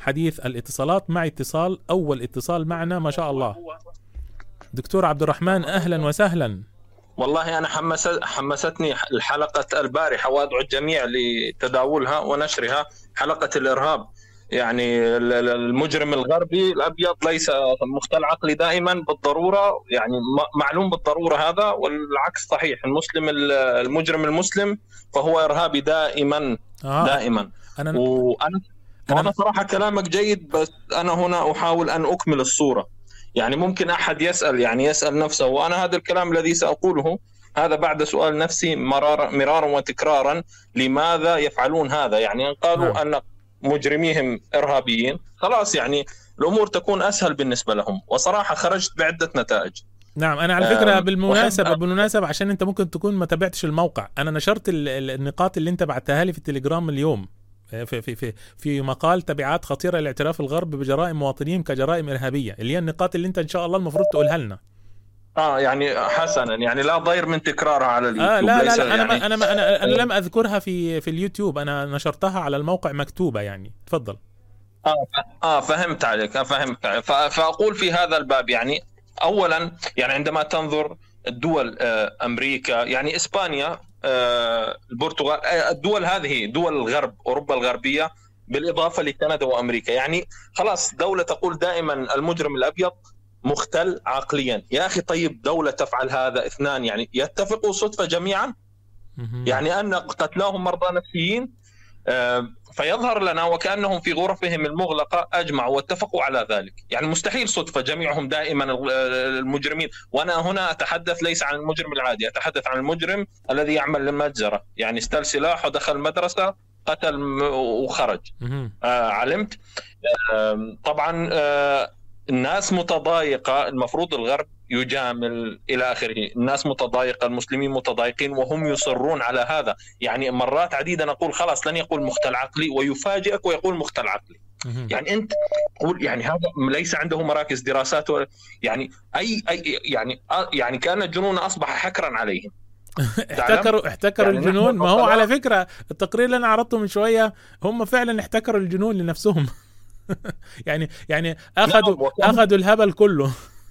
حديث الاتصالات. مع اتصال، أول اتصال معنا ما شاء الله. دكتور عبد الرحمن أهلا وسهلا. والله أنا حمستني الحلقة البارحة، وأدعو الجميع لتداولها ونشرها، حلقة الإرهاب. يعني المجرم الغربي الأبيض ليس مختل عقلي دائما بالضرورة، يعني معلوم بالضرورة هذا، والعكس صحيح. المجرم المسلم فهو إرهابي دائما دائما. وأنا صراحة كلامك جيد، بس أنا هنا أحاول أن أكمل الصورة. يعني ممكن أحد يسأل نفسه، وأنا هذا الكلام الذي سأقوله هذا بعد سؤال نفسي مرارا وتكرارا، لماذا يفعلون هذا؟ يعني إن قالوا أن مجرميهم إرهابيين خلاص، يعني الأمور تكون أسهل بالنسبة لهم. وصراحة خرجت بعدة نتائج. نعم، أنا على فكرة بالمناسبة عشان أنت ممكن تكون ما تابعتش الموقع، أنا نشرت النقاط اللي أنت بعتها لي في التليجرام اليوم في مقال تبعات خطيرة لاعتراف الغرب بجرائم مواطنيهم كجرائم إرهابية، اللي هي النقاط اللي أنت إن شاء الله المفروض تقولها لنا. يعني حسنا، يعني لا ضير من تكرارها على اليوتيوب. لا أنا لم أذكرها في اليوتيوب، أنا نشرتها على الموقع مكتوبة يعني. تفضل. فهمت عليك. فأقول في هذا الباب، يعني أولا يعني عندما تنظر الدول، أمريكا، يعني إسبانيا، البرتغال، الدول هذه دول الغرب، أوروبا الغربية، بالإضافة لكندا وأمريكا، يعني خلاص دولة تقول دائما المجرم الأبيض مختل عقليا. يا أخي طيب، دولة تفعل هذا، اثنان يعني يتفقوا صدفة جميعا، يعني أن قتلاهم مرضى نفسيين، فيظهر لنا وكأنهم في غرفهم المغلقة أجمعوا واتفقوا على ذلك. يعني مستحيل صدفة جميعهم دائما المجرمين. وأنا هنا أتحدث ليس عن المجرم العادي، أتحدث عن المجرم الذي يعمل للمتجرة، يعني استل سلاح ودخل المدرسة، قتل وخرج. علمت. طبعا الناس متضايقة، المفروض الغرب يجامل إلى آخره، الناس متضايقة، المسلمين متضايقين، وهم يصرون على هذا. يعني مرات عديدة نقول خلاص لن يقول مختل عقلي، ويفاجئك ويقول مختل عقلي. يعني أنت قول، يعني هذا ليس عنده مراكز دراسات، يعني يعني كان الجنون أصبح حكرا عليهم. احتكروا يعني الجنون. ما هو على فكرة التقرير اللي أنا عرضته من شوية، هم فعلا احتكروا الجنون لنفسهم. يعني أخذوا الهبل كله.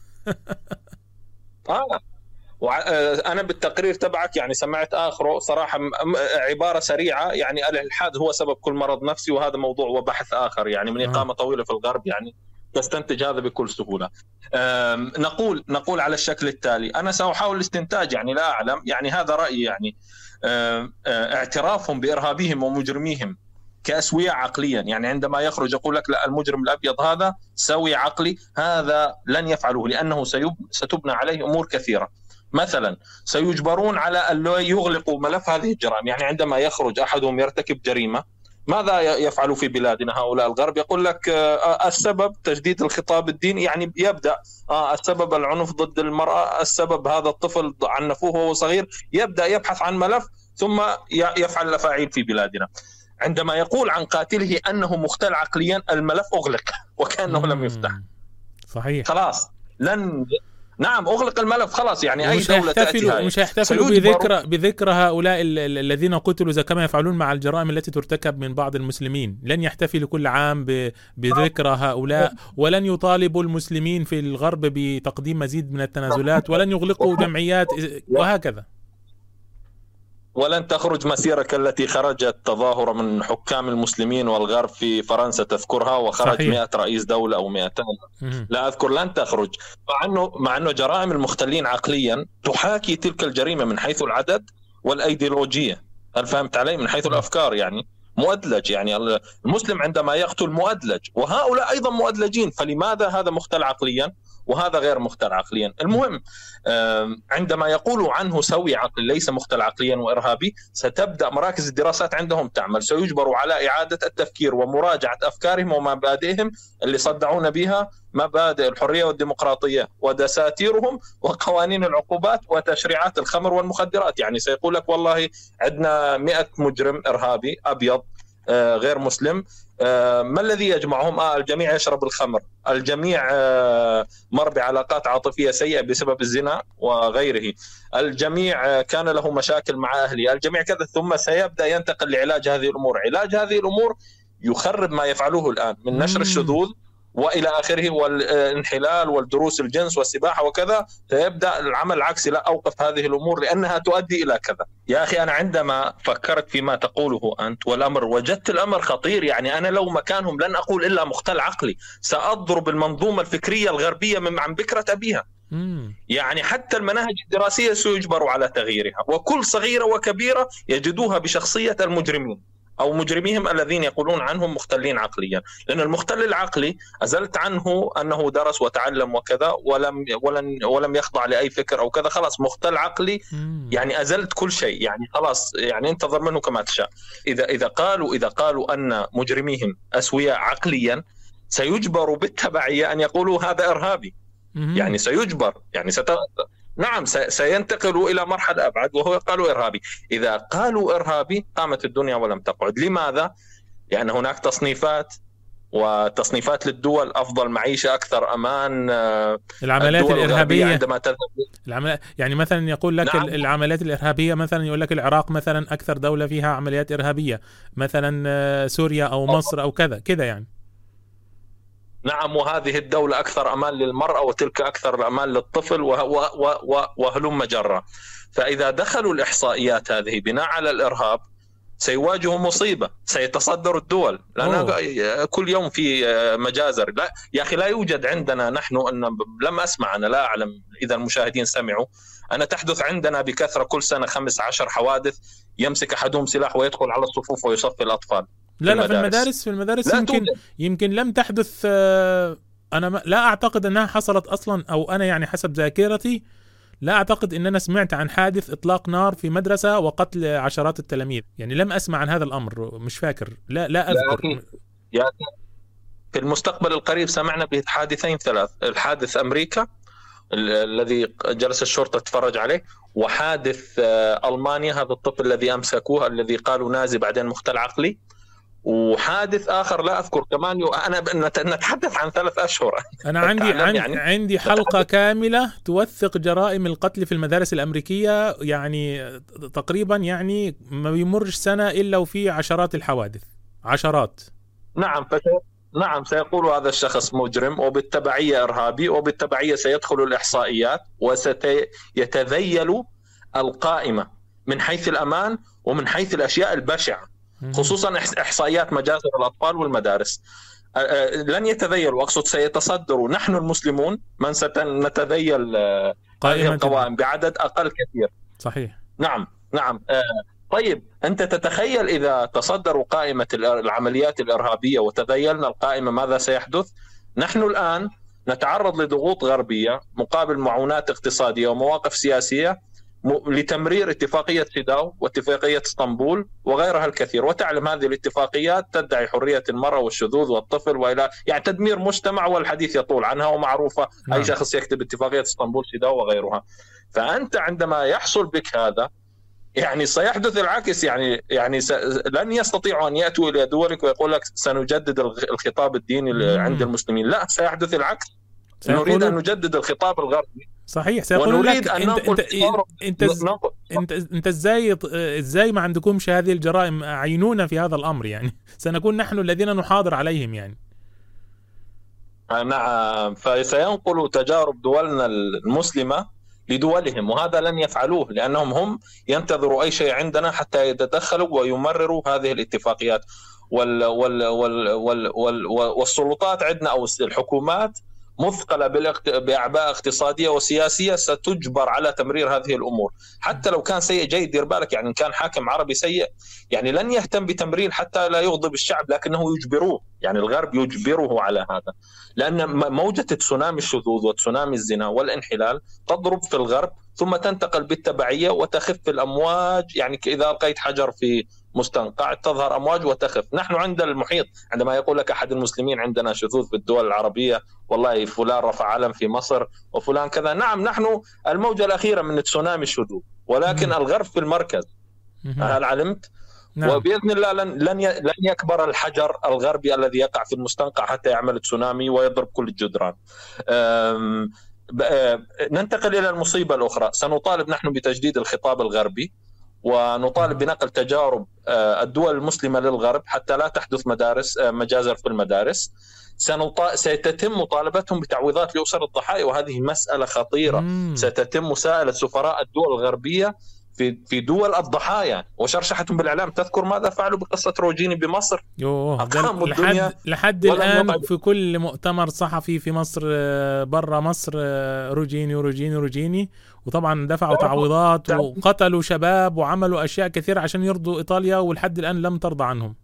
أنا بالتقرير تبعك يعني سمعت آخره صراحة عبارة سريعة، يعني الإلحاد هو سبب كل مرض نفسي، وهذا موضوع وبحث آخر، يعني من إقامة طويلة في الغرب يعني تستنتج هذا بكل سهولة. نقول على الشكل التالي، أنا سأحاول الاستنتاج، يعني لا أعلم، يعني هذا رأيي، يعني اعترافهم بإرهابيهم ومجرميهم كأسوية عقليا. يعني عندما يخرج يقول لك لا المجرم الأبيض هذا سوي عقلي، هذا لن يفعله، لأنه ستبنى عليه أمور كثيرة. مثلا سيجبرون على أن يغلقوا ملف هذه الجرائم. يعني عندما يخرج أحدهم يرتكب جريمة، ماذا يفعل في بلادنا هؤلاء الغرب؟ يقول لك السبب تجديد الخطاب الديني، يعني يبدأ السبب العنف ضد المرأة، السبب هذا الطفل عنفوه وهو صغير، يبدأ يبحث عن ملف ثم يفعل الأفاعيل في بلادنا. عندما يقول عن قاتله أنه مختل عقليا، الملف أغلق وكأنه لم يفتح. صحيح. خلاص نعم أغلق الملف خلاص. يعني أي دولة تأتي مش هيحتفلوا بذكرى هؤلاء الذين قتلوا زي كما يفعلون مع الجرائم التي ترتكب من بعض المسلمين. لن يحتفلوا كل عام بذكرى هؤلاء، ولن يطالبوا المسلمين في الغرب بتقديم مزيد من التنازلات، ولن يغلقوا جمعيات وهكذا. ولن تخرج مسيرك التي خرجت تظاهرة من حكام المسلمين والغرب في فرنسا تذكرها، وخرج 100 رئيس دولة أو 200 لا أذكر، لن تخرج. مع أنه جرائم المختلين عقليا تحاكي تلك الجريمة من حيث العدد والأيديولوجية. هل فهمت علي؟ من حيث الأفكار، يعني مؤدلج. يعني المسلم عندما يقتل مؤدلج، وهؤلاء أيضا مؤدلجين، فلماذا هذا مختل عقليا وهذا غير مختل عقليا؟ المهم عندما يقولوا عنه سوي عقلي ليس مختل عقليا وإرهابي، ستبدأ مراكز الدراسات عندهم تعمل، سيجبروا على إعادة التفكير ومراجعة أفكارهم ومبادئهم اللي صدعون بها، مبادئ الحرية والديمقراطية ودساتيرهم وقوانين العقوبات وتشريعات الخمر والمخدرات. يعني سيقول لك والله عندنا 100 مجرم إرهابي أبيض غير مسلم، ما الذي يجمعهم؟ الجميع يشرب الخمر، الجميع مر بعلاقات عاطفية سيئة بسبب الزنا وغيره، الجميع كان له مشاكل مع أهله، الجميع كذا. ثم سيبدأ ينتقل لعلاج هذه الأمور. علاج هذه الأمور يخرب ما يفعلوه الآن من نشر الشذوذ وإلى آخره، والانحلال والدروس الجنس والسباحة وكذا، سيبدأ العمل العكسي: لا، أوقف هذه الأمور لأنها تؤدي إلى كذا. يا أخي، أنا عندما فكرت فيما تقوله أنت والأمر، وجدت الأمر خطير. يعني أنا لو مكانهم لن أقول إلا مختل عقلي، سأضرب المنظومة الفكرية الغربية عن بكرة أبيها. يعني حتى المناهج الدراسية سيجبروا على تغييرها، وكل صغيرة وكبيرة يجدوها بشخصية المجرمين أو مجرميهم الذين يقولون عنهم مختلين عقليا. لأن المختل العقلي أزلت عنه أنه درس وتعلم وكذا ولم يخضع لأي فكر أو كذا، خلاص مختل عقلي. يعني أزلت كل شيء، يعني خلاص، يعني انتظر منه كما تشاء. إذا قالوا أن مجرميهم أسوياء عقليا، سيجبروا بالتبعية أن يقولوا هذا إرهابي. يعني سيجبر، يعني نعم، سينتقلوا إلى مرحلة أبعد، وهو قالوا إرهابي. إذا قالوا إرهابي قامت الدنيا ولم تقعد. لماذا؟ لأن هناك تصنيفات، وتصنيفات للدول: أفضل معيشة، أكثر أمان. العمليات الإرهابية عندما يعني مثلا يقول لك نعم. العمليات الإرهابية، مثلا يقول لك العراق مثلا أكثر دولة فيها عمليات إرهابية، مثلا سوريا أو مصر أو كذا يعني. نعم، وهذه الدولة أكثر أمان للمرأة، وتلك أكثر أمان للطفل، وهلم جرة. فإذا دخلوا الإحصائيات هذه بناء على الإرهاب، سيواجهوا مصيبة، سيتصدر الدول. لأن كل يوم في مجازر. لا يا أخي، لا يوجد عندنا نحن، لم أسمع، أنا لا أعلم إذا المشاهدين سمعوا، أنا تحدث عندنا بكثرة كل سنة 15 حوادث، يمسك أحدهم سلاح ويدخل على الصفوف ويصفي الأطفال. لا، في المدارس يمكن لم تحدث. أنا لا أعتقد أنها حصلت أصلا، أو أنا يعني حسب ذاكرتي لا أعتقد أن أنا سمعت عن حادث إطلاق نار في مدرسة وقتل عشرات التلاميذ. يعني لم أسمع عن هذا الأمر، مش فاكر، لا أذكر. في المستقبل القريب سمعنا بحادثين 3: الحادث أمريكا الذي جلس الشرطة تتفرج عليه، وحادث ألمانيا، هذا الطفل الذي أمسكوه الذي قالوا نازي بعدين مختل عقلي، وحادث آخر لا أذكر كمان. أنا نتحدث عن 3 أشهر. أنا عندي حلقة كاملة توثق جرائم القتل في المدارس الأمريكية، يعني تقريبا يعني ما بيمرش سنة إلا وفي عشرات الحوادث، عشرات. نعم، سيقول هذا الشخص مجرم، وبالتبعية إرهابي، وبالتبعية سيدخل الإحصائيات، وسيتذيل القائمة من حيث الأمان ومن حيث الأشياء البشعة، خصوصا إحصائيات مجازر الأطفال والمدارس. لن يتذيلوا، أقصد سيتصدروا نحن المسلمون من سنتذيل هذه القوائم بعدد أقل كثير. صحيح. نعم. طيب، أنت تتخيل إذا تصدروا قائمة العمليات الإرهابية وتذيلنا القائمة ماذا سيحدث؟ نحن الآن نتعرض لضغوط غربية مقابل معونات اقتصادية ومواقف سياسية لتمرير اتفاقية سيداو واتفاقية اسطنبول وغيرها الكثير. وتعلم هذه الاتفاقيات تدعي حرية المرأة والشذوذ والطفل وإلى يعني تدمير مجتمع، والحديث يطول عنها ومعروفة. أي شخص يكتب اتفاقية اسطنبول، سيداو وغيرها. فأنت عندما يحصل بك هذا، يعني سيحدث العكس. يعني لن يستطيعوا أن يأتوا إلى دولك ويقول لك سنجدد الخطاب الديني عند المسلمين. لا، سيحدث العكس. نريد أن نجدد الخطاب الغربي. صحيح. سيقولوا لك انت ازاي ما عندكمش هذه الجرائم؟ عينونا في هذا الأمر، يعني سنكون نحن الذين نحاضر عليهم يعني. نعم، فسينقلوا تجارب دولنا المسلمة لدولهم، وهذا لن يفعلوه لأنهم هم ينتظروا أي شيء عندنا حتى يتدخلوا ويمرروا هذه الاتفاقيات. والسلطات عندنا أو الحكومات مثقلة بأعباء اقتصادية وسياسية ستجبر على تمرير هذه الأمور. حتى لو كان سيء جيد، دير بالك، يعني إن كان حاكم عربي سيء يعني لن يهتم بتمرير حتى لا يغضب الشعب، لكنه يجبروه، يعني الغرب يجبره على هذا. لأن موجة تسونامي الشذوذ وتسونامي الزنا والانحلال تضرب في الغرب ثم تنتقل بالتبعية وتخف الأمواج. يعني إذا ألقيت حجر في مستنقع تظهر أمواج وتخف. نحن عند المحيط، عندما يقول لك أحد المسلمين عندنا شذوذ في الدول العربية، والله فلان رفع علم في مصر وفلان كذا. نعم، نحن الموجة الأخيرة من تسونامي الشذوذ، ولكن الغرب في المركز. هل علمت؟ نعم. وبإذن الله لن يكبر الحجر الغربي الذي يقع في المستنقع حتى يعمل تسونامي ويضرب كل الجدران. ننتقل إلى المصيبة الأخرى. سنطالب نحن بتجديد الخطاب الغربي، ونطالب بنقل تجارب الدول المسلمة للغرب حتى لا تحدث مجازر في المدارس. سيتم مطالبتهم بتعويضات لأسر الضحايا، وهذه مسألة خطيرة. ستتم مساءلة سفراء الدول الغربية في دول الضحايا وشرشحتهم بالإعلام. تذكر ماذا فعلوا بقصة روجيني بمصر؟ لحد الآن في كل مؤتمر صحفي في مصر برا مصر روجيني روجيني روجيني، وطبعا دفعوا تعويضات وقتلوا شباب وعملوا أشياء كثيرة عشان يرضوا إيطاليا، ولحد الآن لم ترضى عنهم،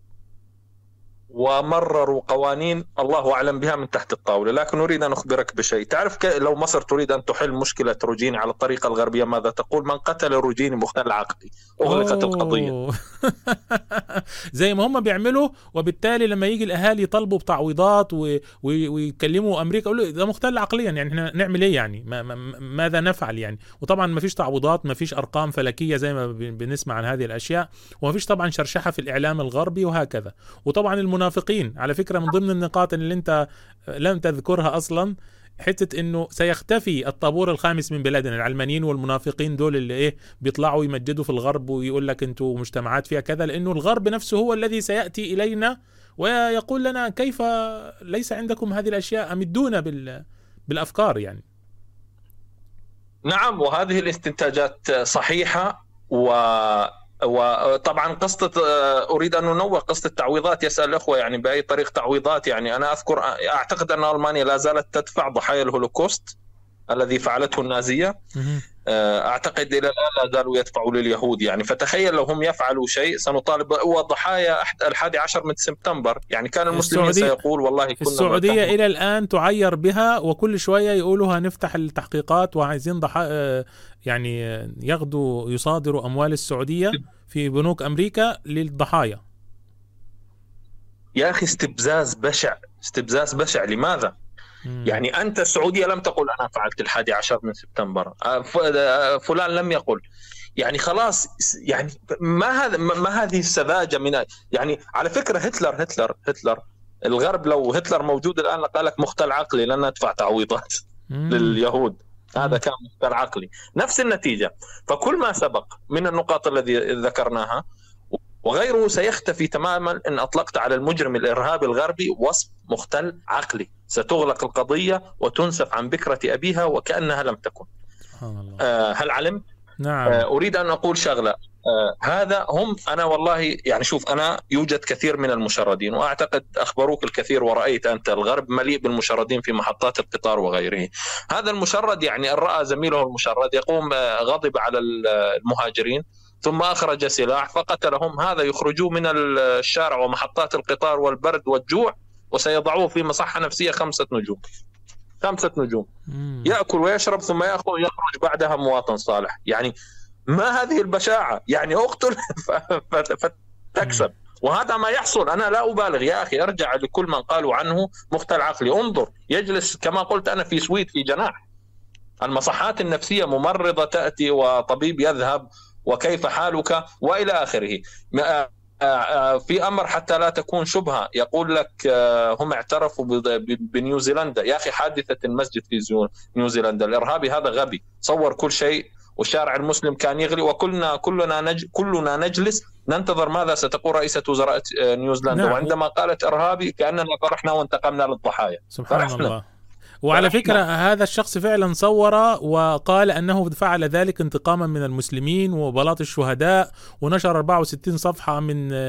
ومرروا قوانين الله أعلم بها من تحت الطاولة. لكن أريد أن أخبرك بشيء. تعرف لو مصر تريد أن تحل مشكلة روجيني على الطريقة الغربية ماذا تقول؟ من قتل روجيني مختل عقلي. أغلقت القضية. زي ما هم بيعملوا. وبالتالي لما يجي الأهالي يطلبوا بتعويضات ويكلموا أمريكا يقولوا ده مختل عقليا، يعني احنا نعمل إيه يعني؟ ماذا نفعل يعني؟ وطبعا ما فيش تعويضات، ما فيش أرقام فلكية زي ما بنسمع عن هذه الأشياء، وما فيش طبعا شرشحة في الإعلام الغربي وهكذا. وطبعا المنافقين على فكرة من ضمن النقاط اللي انت لم تذكرها اصلا، حتة انه سيختفي الطابور الخامس من بلادنا. العلمانيين والمنافقين دول اللي بيطلعوا يمجدوا في الغرب ويقول لك انتوا مجتمعات فيها كذا، لانه الغرب نفسه هو الذي سيأتي الينا ويقول لنا كيف ليس عندكم هذه الاشياء، امدونا بالافكار يعني. نعم، وهذه الاستنتاجات صحيحة. وطبعا قصة أريد أن ننوه قصة التعويضات. يسأل الأخوة يعني بأي طريق تعويضات؟ يعني أنا أعتقد أن ألمانيا لا زالت تدفع ضحايا الهولوكوست الذي فعلته النازية. أعتقد إلى الآن لا زالوا يدفعوا لليهود يعني. فتخيل لو هم يفعلوا شيء سنطالب. وضحايا 11 من سبتمبر يعني كان المسلمين سيقول والله كنا السعودية إلى الآن تعير بها، وكل شوية يقولوا هنفتح التحقيقات وعايزين يعني ياخدوا يصادروا أموال السعودية في بنوك أمريكا للضحايا. يا أخي استبزاز بشع، استبزاز بشع. لماذا؟ يعني أنت السعودية لم تقل أنا فعلت 11 من سبتمبر، فلان لم يقل. يعني خلاص يعني ما هذه السذاجة من يعني. على فكرة هتلر الغرب لو هتلر موجود الآن قال لك مختل عقلي لن ندفع تعويضات لليهود. هذا كان مختل عقلي. نفس النتيجة. فكل ما سبق من النقاط الذي ذكرناها وغيره سيختفي تماما إن أطلقت على المجرم الإرهابي الغربي وصف مختل عقلي. ستغلق القضية وتنسف عن بكرة أبيها وكأنها لم تكن. هل علمت؟ نعم. أريد أن أقول شغلة. هذا هم. أنا والله يعني شوف، أنا يوجد كثير من المشردين، وأعتقد أخبروك الكثير ورأيت أنت الغرب مليء بالمشردين في محطات القطار وغيره. هذا المشرد يعني أن رأى زميله المشرد يقوم غضب على المهاجرين ثم أخرج سلاح فقتلهم، هذا يخرجوه من الشارع ومحطات القطار والبرد والجوع وسيضعوه في مصحة نفسية 5 نجوم. 5 نجوم. يأكل ويشرب ثم يخرج بعدها مواطن صالح. يعني ما هذه البشاعة؟ يعني اقتل فتكسب. وهذا ما يحصل. أنا لا أبالغ يا أخي. أرجع لكل من قالوا عنه مختل عقلي. انظر، يجلس كما قلت أنا في سويت في جناح. المصحات النفسية ممرضة تأتي وطبيب يذهب وكيف حالك وإلى آخره. في أمر حتى لا تكون شبهة، يقول لك هم اعترفوا بنيوزيلندا. يا أخي حادثة المسجد في نيوزيلندا، الإرهابي هذا غبي صور كل شيء والشارع المسلم كان يغلي وكلنا نجلس ننتظر ماذا ستقول رئيسة وزراء نيوزيلندا. نعم. وعندما قالت إرهابي كأننا فرحنا وانتقمنا للضحايا. سبحان الله. وعلى فكرة هذا الشخص فعلا صور وقال أنه فعل ذلك انتقاما من المسلمين وبلاط الشهداء، ونشر 64 صفحة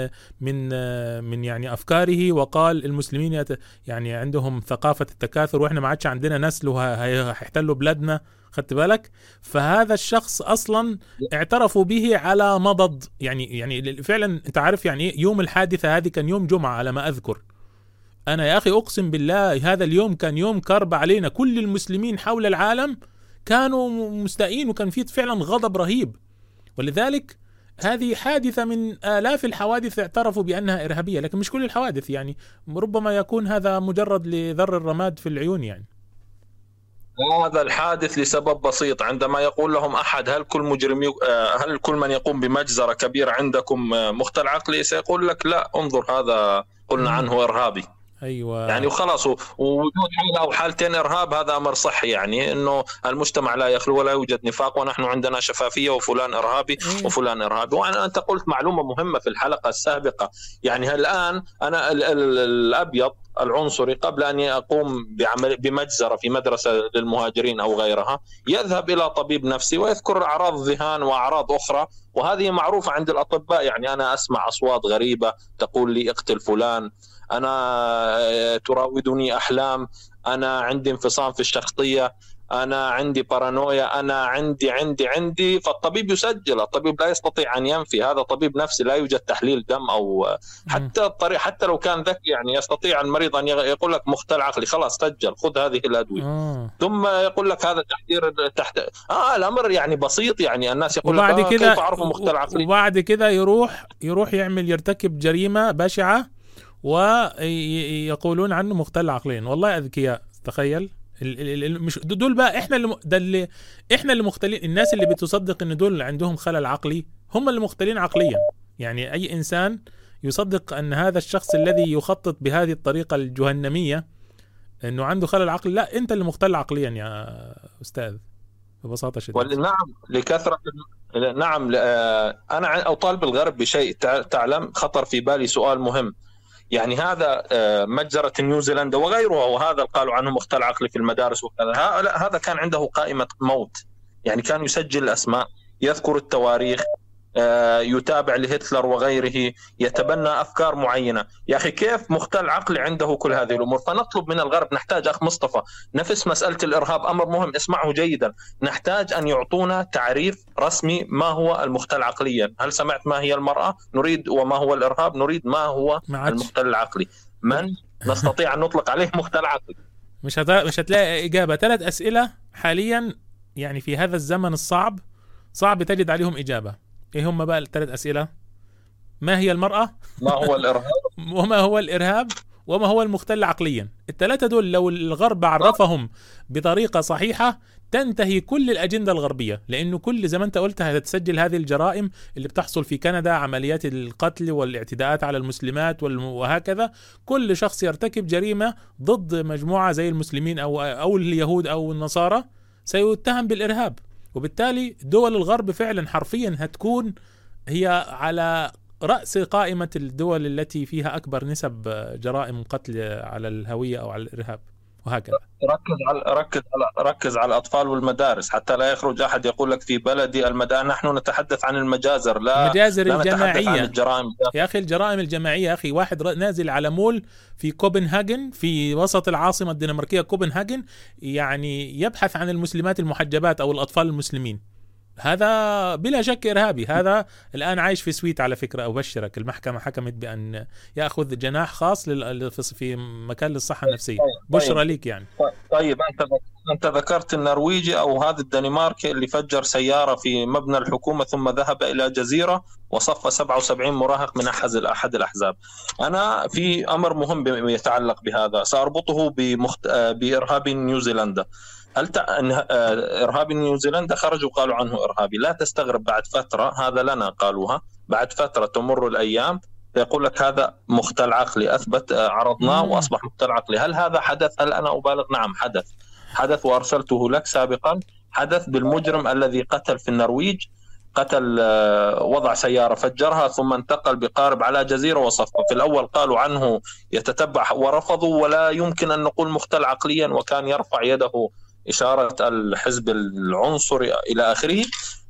من يعني أفكاره، وقال المسلمين يعني عندهم ثقافة التكاثر وإحنا ما عادش عندنا نسل وهيحتلوا بلادنا. خدت بالك؟ فهذا الشخص أصلا اعترفوا به على مضض. يعني فعلا أنت عارف يعني يوم الحادثة هذه كان يوم جمعة على ما أذكر أنا يا أخي، أقسم بالله هذا اليوم كان يوم كرب علينا. كل المسلمين حول العالم كانوا مستائين وكان فيه فعلا غضب رهيب. ولذلك هذه حادثة من آلاف الحوادث اعترفوا بأنها إرهابية، لكن مش كل الحوادث. يعني ربما يكون هذا مجرد لذر الرماد في العيون. يعني هذا الحادث لسبب بسيط. عندما يقول لهم أحد هل كل من يقوم بمجزرة كبيرة عندكم مختل عقلي، سيقول لك لا، انظر هذا قلنا عنه إرهابي. أيوة. يعني وخلاص، ووجود حالة أو حالتين إرهاب هذا أمر صحي، يعني إنه المجتمع لا يخلو ولا يوجد نفاق ونحن عندنا شفافية وفلان إرهابي وفلان إرهابي. وأنا أنت قلت معلومة مهمة في الحلقة السابقة، يعني الآن أنا الأبيض العنصري قبل أن يقوم بمجزرة في مدرسة للمهاجرين أو غيرها يذهب إلى طبيب نفسي ويذكر أعراض ذهان وأعراض أخرى، وهذه معروفة عند الأطباء. يعني أنا أسمع أصوات غريبة تقول لي اقتل فلان، أنا تراودني أحلام، أنا عندي انفصام في الشخصية، أنا عندي بارانويا، أنا عندي فالطبيب يسجل. الطبيب لا يستطيع أن ينفي، هذا طبيب نفسي، لا يوجد تحليل دم أو حتى الطريق، حتى لو كان ذكي يعني يستطيع المريض أن يقول لك مختل عقلي، خلاص سجل خذ هذه الأدوية. ثم يقول لك هذا تحذير تحت الأمر يعني بسيط، يعني الناس يقول لك كيف أعرف مختل عقلي، وبعد كده يروح يرتكب جريمة بشعة ويقولون عنه مختل عقليا. والله أذكياء، تخيل. مش دول بقى احنا اللي مختلين. الناس اللي بتصدق ان دول عندهم خلل عقلي هم اللي مختلين عقليا. يعني اي انسان يصدق ان هذا الشخص الذي يخطط بهذه الطريقة الجهنمية انه عنده خلل عقلي، لا انت اللي مختل عقليا يا استاذ، ببساطة شديدة. نعم لكثرة. نعم انا اطالب الغرب بشيء. تعلم خطر في بالي سؤال مهم، يعني هذا مجزرة نيوزيلندا وغيرها، وهذا قالوا عنه مختل عقلي في المدارس وكذا، هذا كان عنده قائمة موت، يعني كان يسجل الأسماء، يذكر التواريخ، يتابع لهتلر وغيره، يتبنى أفكار معينة. يا أخي كيف مختل عقلي عنده كل هذه الأمور؟ فنطلب من الغرب، نحتاج أخ مصطفى نفس مسألة الإرهاب، أمر مهم اسمعه جيدا، نحتاج أن يعطونا تعريف رسمي ما هو المختل عقليا. هل سمعت ما هي المرأة؟ نريد. وما هو الإرهاب؟ نريد. ما هو المختل العقلي؟ من نستطيع أن نطلق عليه مختل عقلي؟ مش هتلاقي إجابة. 3 أسئلة حاليا يعني في هذا الزمن الصعب صعب تجد عليهم إجابة. ايه هم بقى ال3 أسئلة؟ ما هي المرأة؟ ما هو الإرهاب؟ وما هو الإرهاب؟ وما هو المختل عقليا؟ ال3 دول لو الغرب عرفهم بطريقة صحيحة تنتهي كل الأجندة الغربية، لأنه كل زي ما أنت قلت هتسجل هذه الجرائم اللي بتحصل في كندا، عمليات القتل والاعتداءات على المسلمات وهكذا. كل شخص يرتكب جريمة ضد مجموعة زي المسلمين أو اليهود أو النصارى سيتهم بالإرهاب، وبالتالي دول الغرب فعلا حرفيا هتكون هي على رأس قائمة الدول التي فيها أكبر نسب جرائم قتل على الهوية أو على الإرهاب وهكذا. ركز على الأطفال والمدارس حتى لا يخرج أحد يقول لك في بلدي المدارس. نحن نتحدث عن المجازر، لا المجازر الجماعية عن الجرائم. يا أخي الجرائم الجماعية، يا أخي واحد نازل على مول في كوبنهاجن في وسط العاصمة الدنماركية كوبنهاجن، يعني يبحث عن المسلمات المحجبات أو الأطفال المسلمين، هذا بلا شك إرهابي. هذا الآن عايش في سويت على فكرة، أبشرك المحكمة حكمت بأن يأخذ جناح خاص في مكان للصحة النفسية. بشرى ليك يعني. طيب أنت ذكرت النرويجي أو هذا الدنماركي اللي فجر سيارة في مبنى الحكومة ثم ذهب إلى جزيرة وصف 77 مراهق من أحد الأحزاب. أنا في أمر مهم يتعلق بهذا سأربطه بإرهابي نيوزيلندا. إرهابي نيوزيلندا خرجوا قالوا عنه إرهابي، لا تستغرب بعد فترة، هذا لنا قالوها، بعد فترة تمر الأيام يقول لك هذا مختل عقلي، أثبت عرضناه وأصبح مختل عقلي. هل هذا حدث؟ هل أنا أبالغ؟ نعم حدث وأرسلته لك سابقا. حدث بالمجرم الذي قتل في النرويج، قتل وضع سيارة فجرها ثم انتقل بقارب على جزيرة وصفها. في الأول قالوا عنه يتتبع ورفضوا، ولا يمكن أن نقول مختل عقليا، وكان يرفع يده إشارة الحزب العنصري إلى آخره.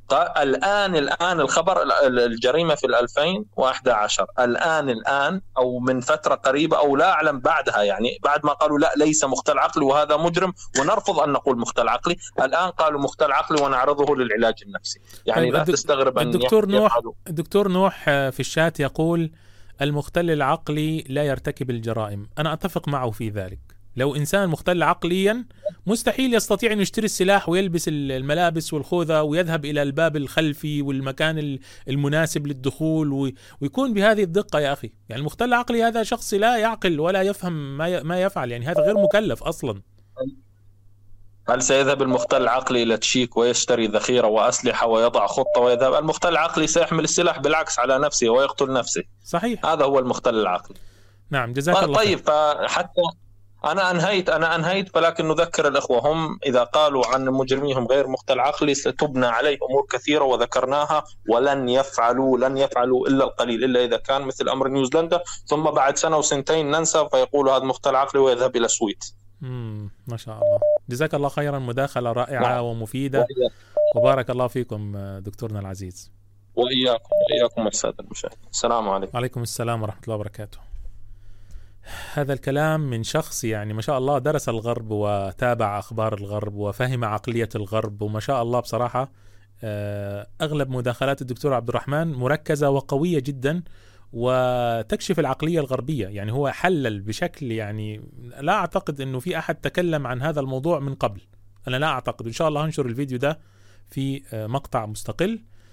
الآن الخبر الجريمة في 2011، الآن أو من فترة قريبة أو لا أعلم بعدها، يعني بعد ما قالوا لا ليس مختل عقلي وهذا مجرم ونرفض أن نقول مختل عقلي، الآن قالوا مختل عقلي ونعرضه للعلاج النفسي. يعني لا تستغرب أن الدكتور نوح في الشات يقول المختل العقلي لا يرتكب الجرائم. أنا أتفق معه في ذلك. لو إنسان مختل عقليا مستحيل يستطيع أن يشتري السلاح ويلبس الملابس والخوذة ويذهب إلى الباب الخلفي والمكان المناسب للدخول ويكون بهذه الدقة. يا أخي يعني المختل العقلي هذا شخص لا يعقل ولا يفهم ما يفعل، يعني هذا غير مكلف أصلا. هل سيذهب المختل العقلي إلى تشيك ويشتري ذخيرة وأسلحة ويضع خطة ويذهب؟ المختل العقلي سيحمل السلاح بالعكس على نفسه ويقتل نفسه. صحيح، هذا هو المختل العقلي. نعم جزاك الله طيب فحتى أنا أنهيت ولكن نذكر الإخوة، هم إذا قالوا عن مجرميهم غير مختل عقلي ستبنى عليه أمور كثيرة وذكرناها، ولن يفعلوا إلا القليل، إلا إذا كان مثل أمر نيوزيلندا، ثم بعد سنة وسنتين ننسى فيقولوا هذا مختل عقلي ويذهب إلى السويد. ما شاء الله، جزاك الله خيرا، مداخلة رائعة ومفيدة، وبارك الله فيكم دكتورنا العزيز. وإياكم السادة المشاهدين. السلام عليكم. وعليكم السلام ورحمة الله وبركاته. هذا الكلام من شخص يعني ما شاء الله درس الغرب وتابع أخبار الغرب وفهم عقلية الغرب، وما شاء الله بصراحة أغلب مداخلات الدكتور عبد الرحمن مركزة وقوية جدا وتكشف العقلية الغربية. يعني هو حلل بشكل يعني لا أعتقد أنه في أحد تكلم عن هذا الموضوع من قبل، أنا لا أعتقد. إن شاء الله هنشر الفيديو ده في مقطع مستقل